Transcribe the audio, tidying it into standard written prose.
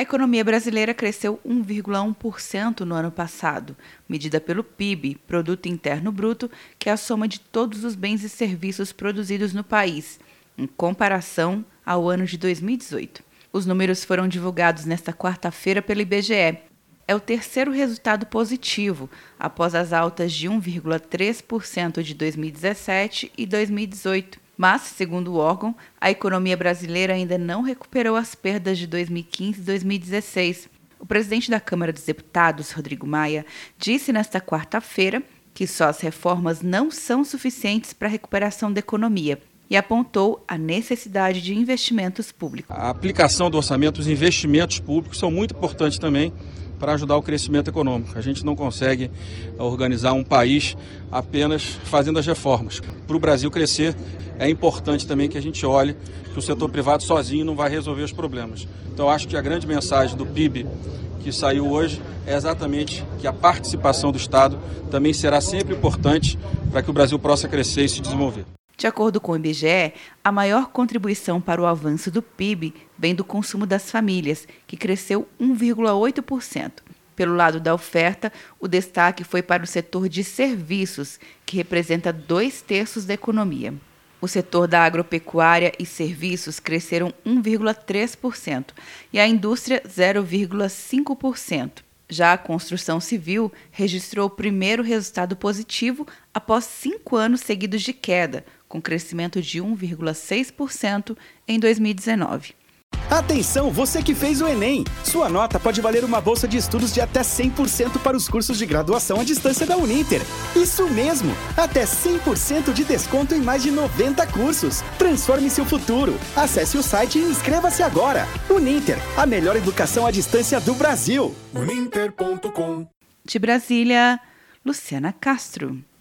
A economia brasileira cresceu 1,1% no ano passado, medida pelo PIB, Produto Interno Bruto, que é a soma de todos os bens e serviços produzidos no país, em comparação ao ano de 2018. Os números foram divulgados nesta quarta-feira pelo IBGE. É o terceiro resultado positivo, após as altas de 1,3% de 2017 e 2018. Mas, segundo o órgão, a economia brasileira ainda não recuperou as perdas de 2015 e 2016. O presidente da Câmara dos Deputados, Rodrigo Maia, disse nesta quarta-feira que só as reformas não são suficientes para a recuperação da economia e apontou a necessidade de investimentos públicos. A aplicação do orçamento, os investimentos públicos são muito importantes também para ajudar o crescimento econômico. A gente não consegue organizar um país apenas fazendo as reformas. Para o Brasil crescer, é importante também que a gente olhe que o setor privado sozinho não vai resolver os problemas. Então, acho que a grande mensagem do PIB que saiu hoje é exatamente que a participação do Estado também será sempre importante para que o Brasil possa crescer e se desenvolver. De acordo com o IBGE, a maior contribuição para o avanço do PIB vem do consumo das famílias, que cresceu 1,8%. Pelo lado da oferta, o destaque foi para o setor de serviços, que representa 2/3 da economia. O setor da agropecuária e serviços cresceram 1,3% e a indústria 0,5%. Já a construção civil registrou o primeiro resultado positivo após 5 anos seguidos de queda, com crescimento de 1,6% em 2019. Atenção, você que fez o Enem! Sua nota pode valer uma bolsa de estudos de até 100% para os cursos de graduação à distância da Uninter. Isso mesmo! Até 100% de desconto em mais de 90 cursos. Transforme seu futuro. Acesse o site e inscreva-se agora. Uninter, a melhor educação à distância do Brasil. Uninter.com. De Brasília, Luciana Castro.